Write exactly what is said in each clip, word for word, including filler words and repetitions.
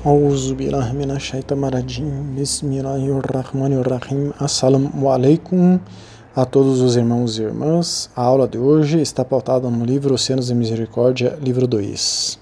Auzu billahi minash shaitanir rajim. Bismillahirrahmanirrahim. Assalamu alaikum a todos os irmãos e irmãs. A aula de hoje está pautada no livro Oceanos de Misericórdia, livro dois.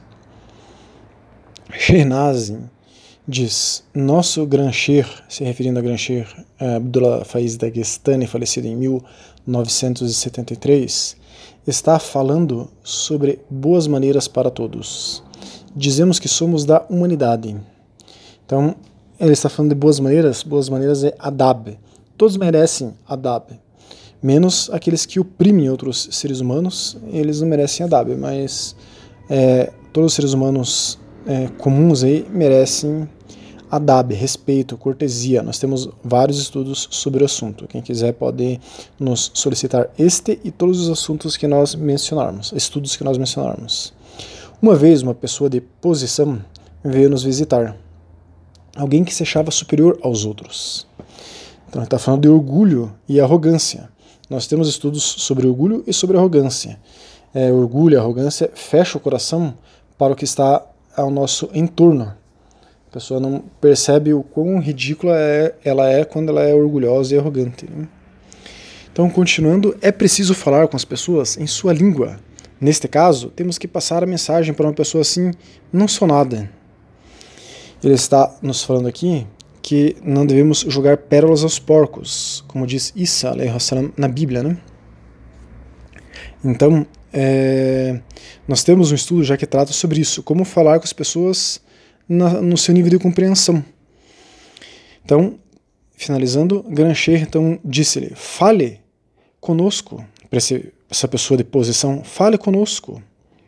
Shehnazin diz: nosso Grancher, se referindo a Grancher, Abdullah Faiz Dagestani, falecido em mil novecentos e setenta e três, está falando sobre boas maneiras para todos. Dizemos que somos da humanidade. Então, ele está falando de boas maneiras. Boas maneiras é adab. Todos merecem adab, menos aqueles que oprimem outros seres humanos. Eles não merecem adab, mas é, todos os seres humanos é, comuns aí merecem adab, respeito, cortesia. Nós temos vários estudos sobre o assunto. Quem quiser pode nos solicitar este e todos os assuntos que nós mencionarmos, estudos que nós mencionarmos. Uma vez uma pessoa de posição veio nos visitar, alguém que se achava superior aos outros. Então ele está falando de orgulho e arrogância. Nós temos estudos sobre orgulho e sobre arrogância. É, orgulho e arrogância fecham o coração para o que está ao nosso entorno. A pessoa não percebe o quão ridícula é, ela é quando ela é orgulhosa e arrogante. Né? Então, continuando, é preciso falar com as pessoas em sua língua. Neste caso, temos que passar a mensagem para uma pessoa assim: não sou nada. Ele está nos falando aqui que não devemos jogar pérolas aos porcos, como diz Isa na Bíblia, né? Então, é, nós temos um estudo já que trata sobre isso, como falar com as pessoas na, no seu nível de compreensão. Então, finalizando, Grancher então disse-lhe: fale conosco, para essa pessoa de posição, fale conosco.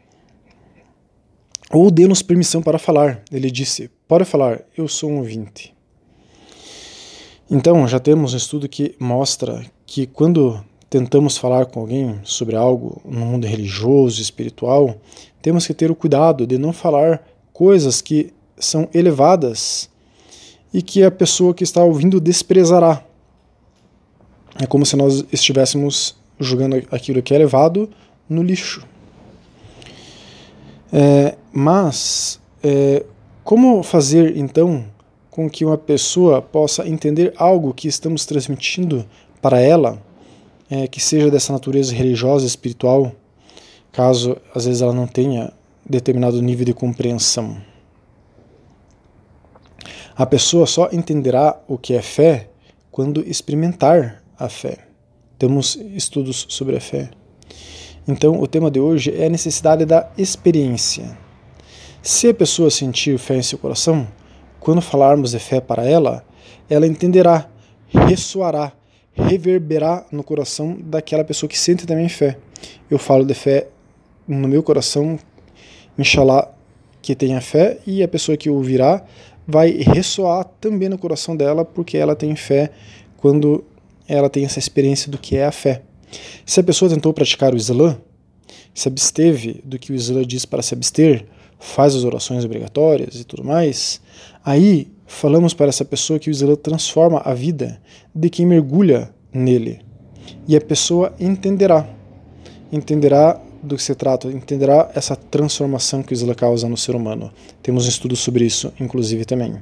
Ou dê-nos permissão para falar. Ele disse: pode falar, eu sou um ouvinte. Então, já temos um estudo que mostra que quando tentamos falar com alguém sobre algo no mundo religioso e espiritual, temos que ter o cuidado de não falar coisas que são elevadas e que a pessoa que está ouvindo desprezará. É como se nós estivéssemos jogando aquilo que é elevado no lixo. É, mas, é, como fazer então com que uma pessoa possa entender algo que estamos transmitindo para ela, é, que seja dessa natureza religiosa e espiritual, caso às vezes ela não tenha determinado nível de compreensão? A pessoa só entenderá o que é fé quando experimentar a fé. Temos estudos sobre a fé. Então, o tema de hoje é a necessidade da experiência. Se a pessoa sentir fé em seu coração, quando falarmos de fé para ela, ela entenderá, ressoará, reverberará no coração daquela pessoa que sente também fé. Eu falo de fé no meu coração, inshallah, que tenha fé, e a pessoa que ouvirá vai ressoar também no coração dela, porque ela tem fé quando ela tem essa experiência do que é a fé. Se a pessoa tentou praticar o Islã, se absteve do que o Islã diz para se abster, faz as orações obrigatórias e tudo mais, aí falamos para essa pessoa que o Islã transforma a vida de quem mergulha nele. E a pessoa entenderá, entenderá do que se trata, entenderá essa transformação que o Islã causa no ser humano. Temos um estudo sobre isso, inclusive, também.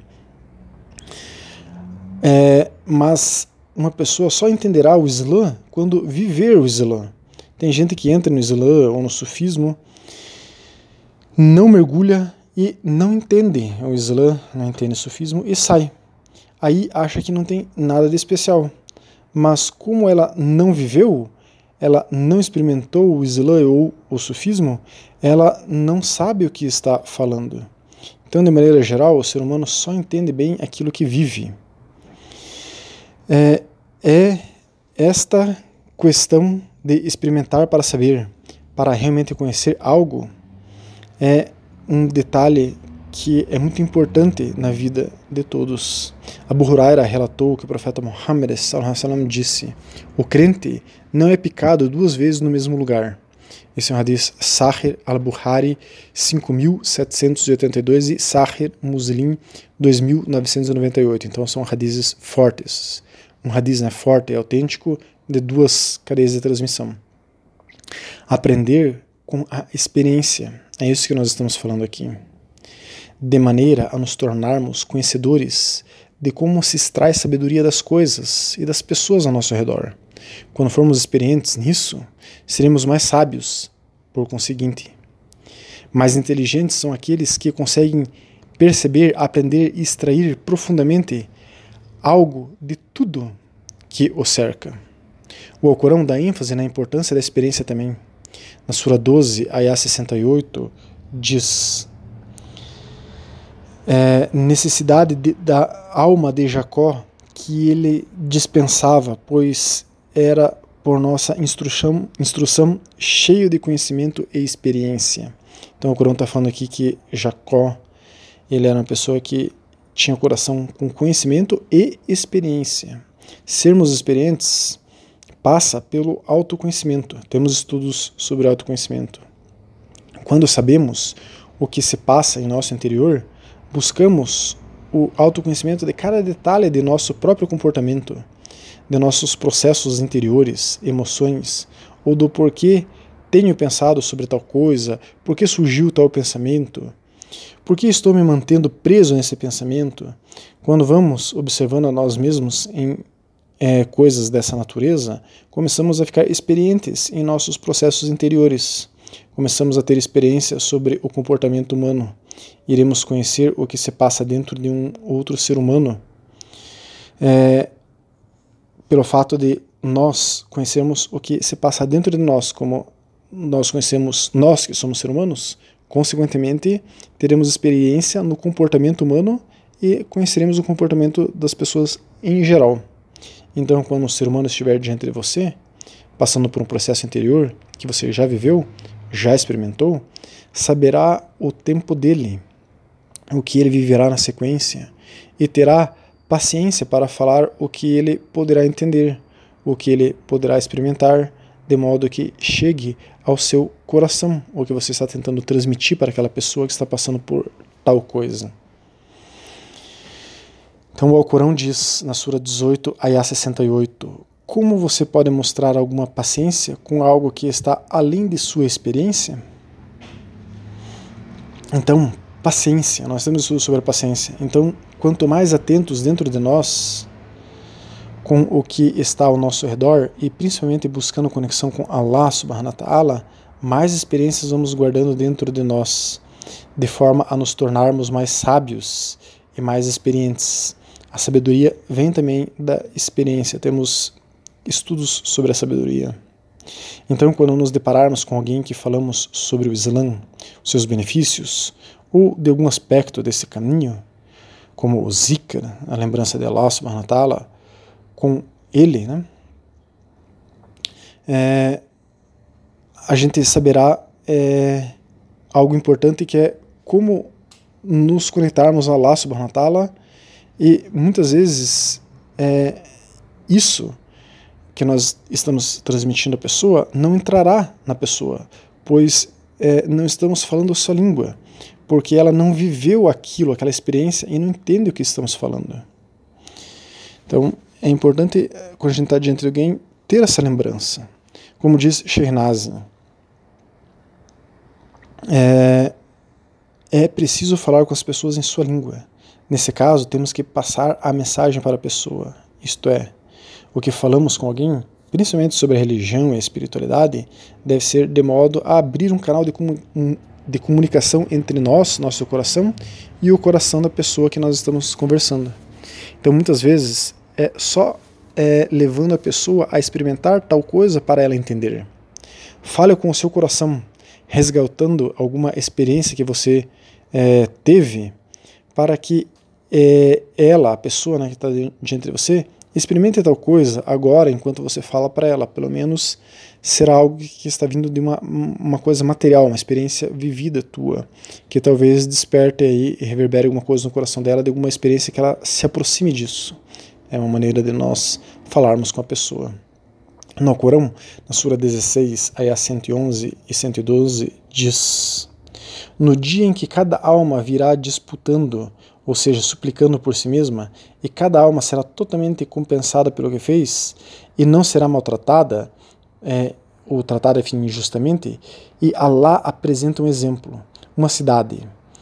É, mas uma pessoa só entenderá o Islã quando viver o Islã. Tem gente que entra no Islã ou no sufismo, não mergulha e não entende o Islã, não entende o sufismo e sai. Aí acha que não tem nada de especial. Mas como ela não viveu, ela não experimentou o Islã ou o sufismo, ela não sabe o que está falando. Então, de maneira geral, o ser humano só entende bem aquilo que vive. É, é esta questão de experimentar para saber, para realmente conhecer algo, é um detalhe que é muito importante na vida de todos. Abu Huraira relatou que o profeta Muhammad sallallahu alaihi wasallam disse: o crente não é picado duas vezes no mesmo lugar. Esse é um hadith Sahih al-Bukhari cinco mil setecentos e oitenta e dois e Sahih Muslim dois mil novecentos e noventa e oito. Então são hadiths fortes. Um hadith, né, forte e autêntico de duas cadeias de transmissão. Aprender com a experiência. É isso que nós estamos falando aqui. de maneira a nos tornarmos conhecedores de como se extrai sabedoria das coisas e das pessoas ao nosso redor. Quando formos experientes nisso, seremos mais sábios, por conseguinte. Mais inteligentes são aqueles que conseguem perceber, aprender e extrair profundamente algo de tudo que o cerca. O Alcorão dá ênfase na importância da experiência também. Na Sura doze, Ayah sessenta e oito, diz: é, necessidade de, da alma de Jacó que ele dispensava, pois era por nossa instrução, instrução cheio de conhecimento e experiência. Então o Corão está falando aqui que Jacó, ele era uma pessoa que tinha o coração com conhecimento e experiência. Sermos experientes passa pelo autoconhecimento. Temos estudos sobre autoconhecimento. Quando sabemos o que se passa em nosso interior, buscamos o autoconhecimento de cada detalhe de nosso próprio comportamento, de nossos processos interiores, emoções, ou do porquê tenho pensado sobre tal coisa, por que surgiu tal pensamento, por que estou me mantendo preso nesse pensamento. Quando vamos observando a nós mesmos em é, coisas dessa natureza, começamos a ficar experientes em nossos processos interiores, começamos a ter experiência sobre o comportamento humano, iremos conhecer o que se passa dentro de um outro ser humano, é, pelo fato de nós conhecermos o que se passa dentro de nós, como nós conhecemos nós que somos seres humanos, consequentemente teremos experiência no comportamento humano e conheceremos o comportamento das pessoas em geral. Então, quando um ser humano estiver diante de você, passando por um processo interior que você já viveu, já experimentou, saberá o tempo dele, o que ele viverá na sequência, e terá paciência para falar o que ele poderá entender, o que ele poderá experimentar, de modo que chegue ao seu coração, o que você está tentando transmitir para aquela pessoa que está passando por tal coisa. Então o Alcorão diz, na Sura dezoito, Ayah sessenta e oito, como você pode mostrar alguma paciência com algo que está além de sua experiência? Então, paciência, nós temos estudo sobre a paciência. Então, quanto mais atentos dentro de nós com o que está ao nosso redor e principalmente buscando conexão com Allah subhanahu wa ta'ala, mais experiências vamos guardando dentro de nós, de forma a nos tornarmos mais sábios e mais experientes. A sabedoria vem também da experiência, temos estudos sobre a sabedoria. Então, quando nos depararmos com alguém que falamos sobre o Islã, os seus benefícios, ou de algum aspecto desse caminho, como o zikr, a lembrança de Allah subhanahu wa ta'ala, com ele, né, é, a gente saberá é, algo importante, que é como nos conectarmos a Allah subhanahu wa ta'ala, e muitas vezes é, isso que nós estamos transmitindo à pessoa não entrará na pessoa, pois é, não estamos falando a sua língua, porque ela não viveu aquilo, aquela experiência, e não entende o que estamos falando. Então, é importante, quando a gente está diante de alguém, ter essa lembrança. Como diz Shehnaz, é, é preciso falar com as pessoas em sua língua. Nesse caso, temos que passar a mensagem para a pessoa. Isto é, o que falamos com alguém, principalmente sobre a religião e a espiritualidade, deve ser de modo a abrir um canal de, comu de comunicação entre nós, nosso coração, e o coração da pessoa que nós estamos conversando. Então, muitas vezes, é só é, levando a pessoa a experimentar tal coisa para ela entender. Fale com o seu coração, resgatando alguma experiência que você é, teve, para que é, ela, a pessoa, né, que está diante de você, experimente tal coisa agora, enquanto você fala para ela. Pelo menos será algo que está vindo de uma, uma coisa material, uma experiência vivida tua, que talvez desperte aí e reverbere alguma coisa no coração dela, de alguma experiência que ela se aproxime disso. É uma maneira de nós falarmos com a pessoa. No Corão, na Sura dezesseis, Ayah cento e onze e cento e doze, diz: no dia em que cada alma virá disputando, ou seja, suplicando por si mesma, e cada alma será totalmente compensada pelo que fez, e não será maltratada, é, ou tratada, enfim, injustamente, e Allah apresenta um exemplo, uma cidade,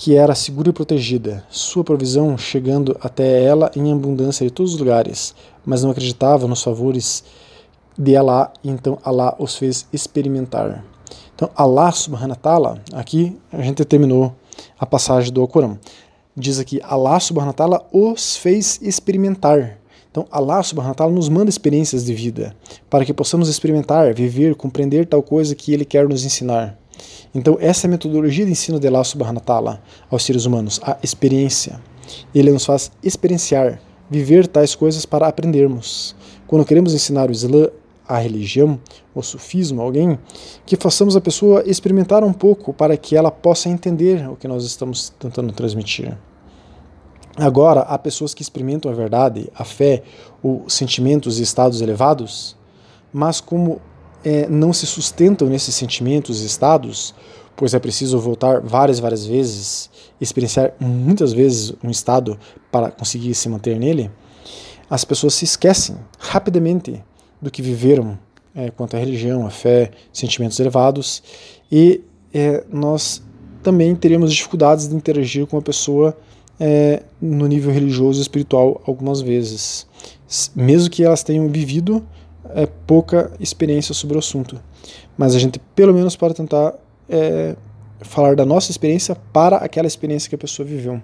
que era segura e protegida, sua provisão chegando até ela em abundância de todos os lugares, mas não acreditava nos favores de Allah, e então Allah os fez experimentar. Então Allah subhanahu wa ta'ala, aqui a gente terminou a passagem do Alcorão. Diz aqui, Allah subhanahu wa ta'ala os fez experimentar. Então Allah subhanahu wa ta'ala nos manda experiências de vida, para que possamos experimentar, viver, compreender tal coisa que Ele quer nos ensinar. Então essa é a metodologia de ensino de Allah subhanahu wa ta'ala aos seres humanos, a experiência. Ele nos faz experienciar, viver tais coisas para aprendermos. Quando queremos ensinar o Islã, a religião, o sufismo a alguém, que façamos a pessoa experimentar um pouco para que ela possa entender o que nós estamos tentando transmitir. Agora, há pessoas que experimentam a verdade, a fé, os sentimentos e estados elevados, mas como é, não se sustentam nesses sentimentos e estados, pois é preciso voltar várias, várias vezes, experienciar muitas vezes um estado para conseguir se manter nele, as pessoas se esquecem rapidamente do que viveram é, quanto à religião, a fé, sentimentos elevados, e é, nós também teríamos dificuldades de interagir com a pessoa é, no nível religioso e espiritual algumas vezes, mesmo que elas tenham vivido é, pouca experiência sobre o assunto. Mas a gente pelo menos pode tentar é, falar da nossa experiência para aquela experiência que a pessoa viveu.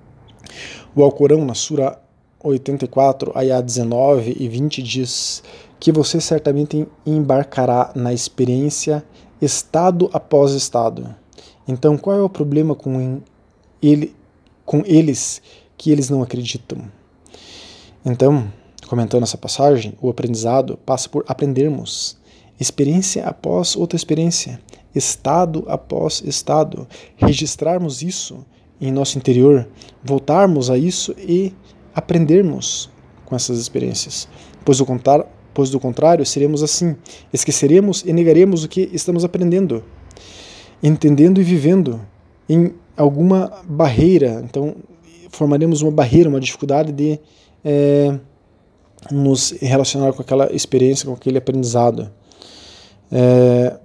O Alcorão, na Sura oitenta e quatro, ayah dezenove e vinte, diz que você certamente embarcará na experiência estado após estado. Então, qual é o problema com, ele, com eles que eles não acreditam? Então, comentando essa passagem, o aprendizado passa por aprendermos experiência após outra experiência, estado após estado, registrarmos isso em nosso interior, voltarmos a isso e aprendermos com essas experiências, pois o contrário pois do contrário seremos assim, esqueceremos e negaremos o que estamos aprendendo, entendendo e vivendo em alguma barreira. Então formaremos uma barreira, uma dificuldade de é, nos relacionar com aquela experiência, com aquele aprendizado. É,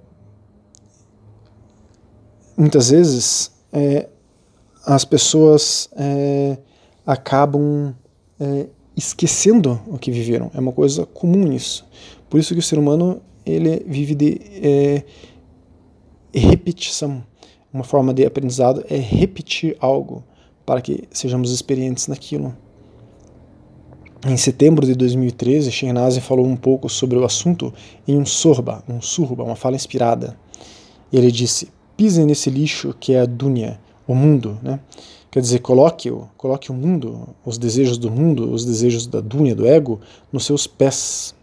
muitas vezes é, as pessoas é, acabam é, esquecendo o que viveram. É uma coisa comum isso. Por isso que o ser humano ele vive de é, repetição. Uma forma de aprendizado é repetir algo para que sejamos experientes naquilo. Em setembro de dois mil e treze, Sheikh falou um pouco sobre o assunto em um sorba, um surba, uma fala inspirada. Ele disse, pisem nesse lixo que é a dunya, o mundo, né? Quer dizer, coloque, coloque o mundo, os desejos do mundo, os desejos da dunya, do ego, nos seus pés.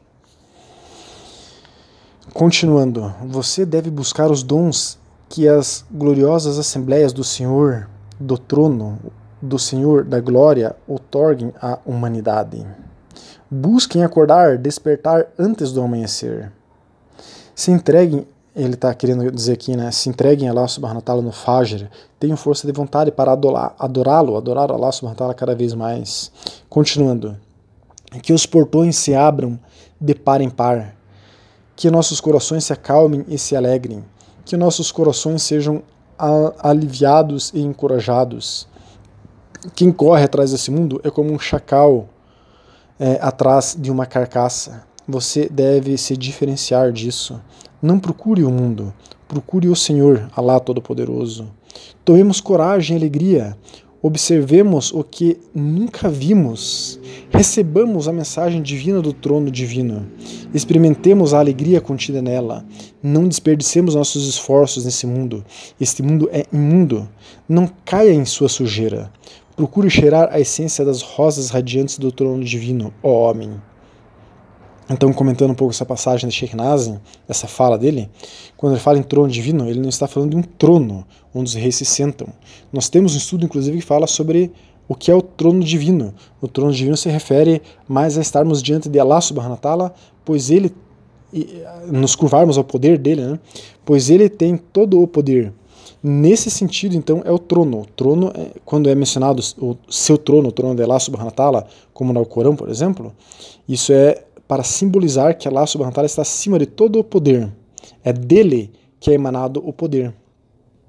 Continuando, você deve buscar os dons que as gloriosas assembleias do Senhor, do trono, do Senhor da glória, outorguem à humanidade. Busquem acordar, despertar antes do amanhecer. Se entreguem, ele está querendo dizer aqui, né? Se entreguem a Allah subhanahu wa ta'ala no Fajr, tenham força de vontade para adorá-lo, adorar Allah subhanahu wa ta'ala cada vez mais. Continuando, que os portões se abram de par em par, que nossos corações se acalmem e se alegrem, que nossos corações sejam aliviados e encorajados. Quem corre atrás desse mundo é como um chacal é, atrás de uma carcaça. Você deve se diferenciar disso. Não procure o mundo, procure o Senhor, Allah Todo-Poderoso. Tomemos coragem e alegria, observemos o que nunca vimos, recebamos a mensagem divina do trono divino, experimentemos a alegria contida nela, não desperdicemos nossos esforços nesse mundo. Este mundo é imundo, não caia em sua sujeira. Procure cheirar a essência das rosas radiantes do trono divino, ó homem. Então, comentando um pouco essa passagem de Sheikh Nazim, essa fala dele, quando ele fala em trono divino, ele não está falando de um trono onde os reis se sentam. Nós temos um estudo, inclusive, que fala sobre o que é o trono divino. O trono divino se refere mais a estarmos diante de Allah subhanahu wa ta'ala, pois ele, nos curvarmos ao poder dele, né? Pois ele tem todo o poder. Nesse sentido, então, é o trono. O trono, é, quando é mencionado o seu trono, o trono de Allah subhanahu wa ta'ala, como no Alcorão, por exemplo, isso é para simbolizar que Allah subhanahu wa ta'ala está acima de todo o poder. É dele que é emanado o poder.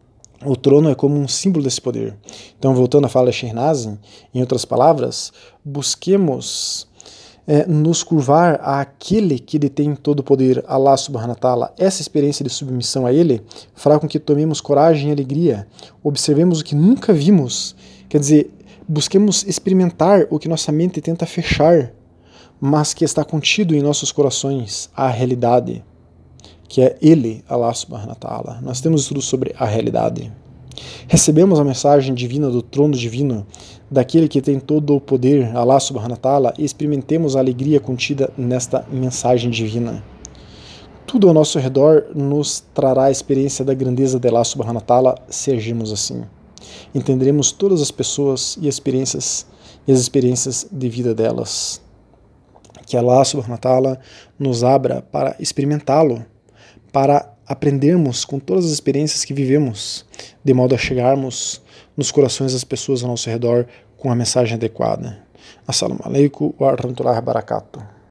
O trono é como um símbolo desse poder. Então, voltando à fala de Shirnazi, em outras palavras, busquemos é, nos curvar àquele que detém todo o poder, Allah subhanahu wa ta'ala. Essa experiência de submissão a Ele fará com que tomemos coragem e alegria, observemos o que nunca vimos, quer dizer, busquemos experimentar o que nossa mente tenta fechar, mas que está contido em nossos corações, a realidade, que é Ele, Allah subhanahu wa ta'ala. Nós temos estudo sobre a realidade. Recebemos a mensagem divina do trono divino, daquele que tem todo o poder, Allah subhanahu wa ta'ala, e experimentemos a alegria contida nesta mensagem divina. Tudo ao nosso redor nos trará a experiência da grandeza de Allah subhanahu wa ta'ala, se agirmos assim. Entenderemos todas as pessoas e experiências e as experiências de vida delas. Que Allah subhanahu wa ta'ala nos abra para experimentá-lo, para aprendermos com todas as experiências que vivemos, de modo a chegarmos nos corações das pessoas ao nosso redor com a mensagem adequada. Assalamu alaikum wa rahmatullahi wa barakatuh.